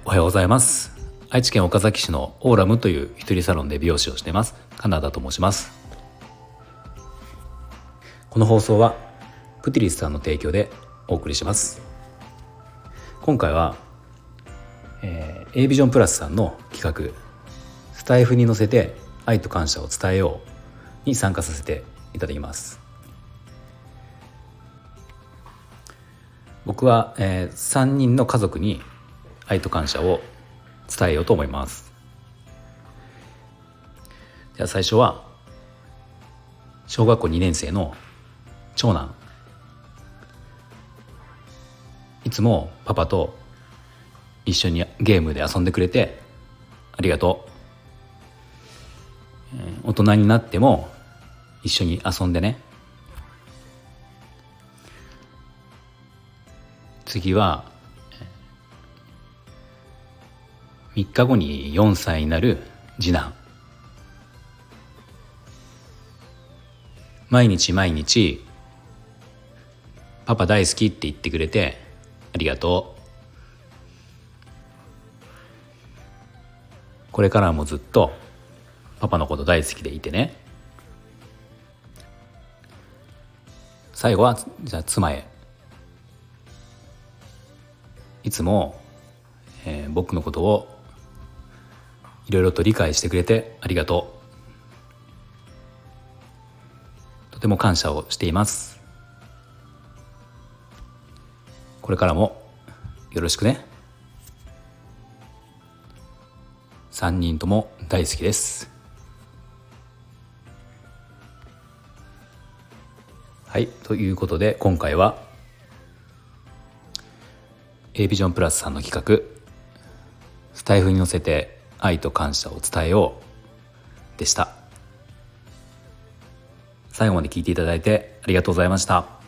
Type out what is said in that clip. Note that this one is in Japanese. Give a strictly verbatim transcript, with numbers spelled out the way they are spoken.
おはようございます。愛知県岡崎市のオーラムという一人サロンで美容師をしていますカナダと申します。この放送はプティリスさんの提供でお送りします。今回は、えー、A ビジョンプラスさんの企画スタイフに乗せて愛と感謝を伝えように参加させていただきます。僕は、えー、さんにんの家族に愛と感謝を伝えようと思います。じゃあ最初は小学校にねん生の長男。いつもパパと一緒にゲームで遊んでくれてありがとう。えー、大人になっても一緒に遊んでね。次はみっかごによんさいになる次男。毎日毎日パパ大好きって言ってくれてありがとう。これからもずっとパパのこと大好きでいてね。最後はじゃあ妻へ。いつも、えー、僕のことをいろいろと理解してくれてありがとう。とても感謝をしています。これからもよろしくね。さんにんとも大好きです。はい、ということで今回は A ビジョンプラスさんの企画スタイフに乗せて愛と感謝を伝えようでした。最後まで聞いていただいてありがとうございました。